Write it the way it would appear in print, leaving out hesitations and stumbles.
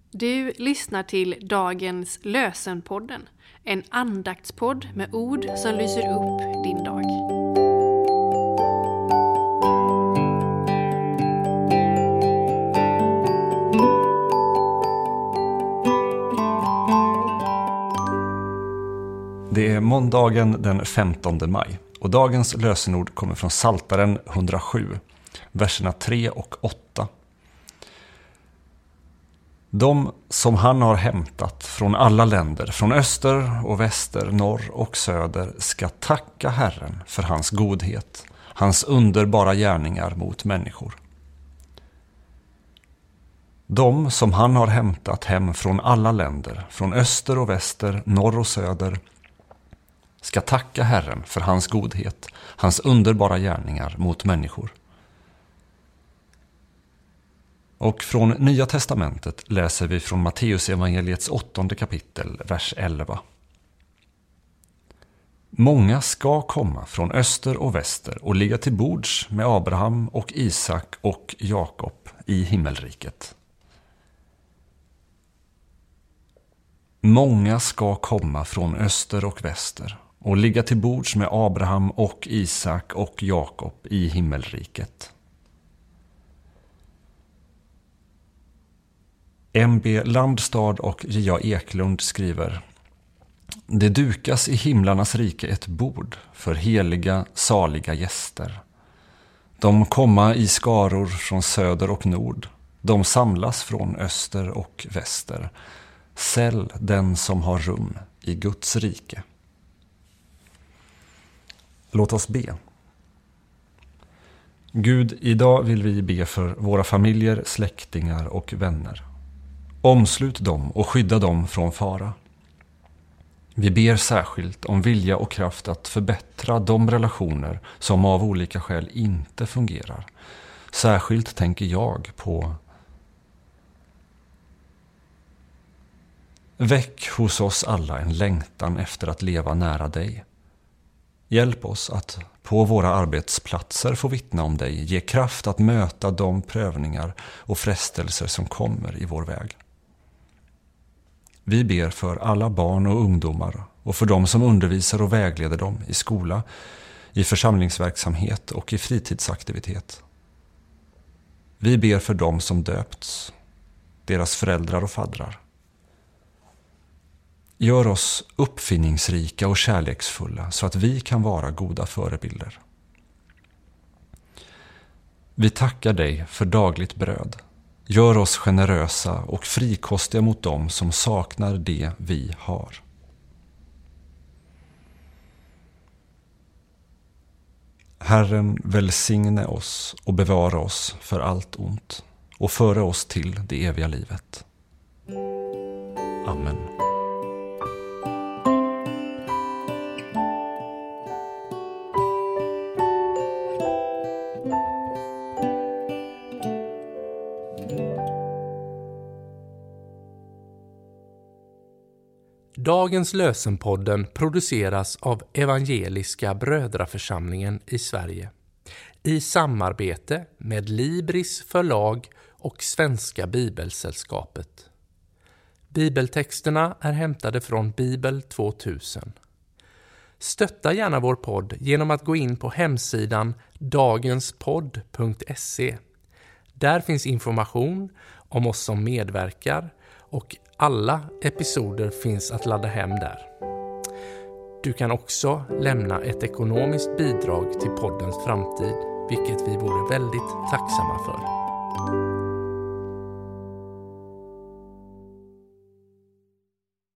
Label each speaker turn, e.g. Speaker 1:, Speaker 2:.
Speaker 1: Du lyssnar till dagens Lösenpodden, en andaktspodd med ord som lyser upp din dag.
Speaker 2: Det är måndagen den 15 maj och dagens lösenord kommer från Psaltaren 107, verserna 3 och 8. De som han har hämtat från alla länder, från öster och väster, norr och söder, ska tacka Herren för hans godhet, hans underbara gärningar mot människor. De som han har hämtat hem från alla länder, från öster och väster, norr och söder, ska tacka Herren för hans godhet, hans underbara gärningar mot människor. Och från Nya testamentet läser vi från Matteus evangeliets 8:e kapitel, vers 11. Många ska komma från öster och väster och ligga till bords med Abraham och Isak och Jakob i himmelriket. Många ska komma från öster och väster och ligga till bords med Abraham och Isak och Jakob i himmelriket. M.B. Landstad och J.A. Eklund skriver: Det dukas i himlarnas rike ett bord för heliga, saliga gäster. De komma i skaror från söder och nord. De samlas från öster och väster. Säll den som har rum i Guds rike. Låt oss be. Gud, idag vill vi be för våra familjer, släktingar och vänner. Omslut dem och skydda dem från fara. Vi ber särskilt om vilja och kraft att förbättra de relationer som av olika skäl inte fungerar. Särskilt tänker jag på: Väck hos oss alla en längtan efter att leva nära dig. Hjälp oss att på våra arbetsplatser få vittna om dig. Ge kraft att möta de prövningar och frestelser som kommer i vår väg. Vi ber för alla barn och ungdomar och för dem som undervisar och vägleder dem i skola, i församlingsverksamhet och i fritidsaktivitet. Vi ber för dem som döpts, deras föräldrar och faddrar. Gör oss uppfinningsrika och kärleksfulla så att vi kan vara goda förebilder. Vi tackar dig för dagligt bröd. Gör oss generösa och frikostiga mot dem som saknar det vi har. Herren välsigne oss och bevara oss för allt ont och föra oss till det eviga livet. Amen.
Speaker 3: Dagens Lösenpodden produceras av Evangeliska Brödraförsamlingen i Sverige i samarbete med Libris förlag och Svenska Bibelsällskapet. Bibeltexterna är hämtade från Bibel 2000. Stötta gärna vår podd genom att gå in på hemsidan dagenspodd.se. Där finns information om oss som medverkar och alla episoder finns att ladda hem där. Du kan också lämna ett ekonomiskt bidrag till poddens framtid, vilket vi vore väldigt tacksamma för.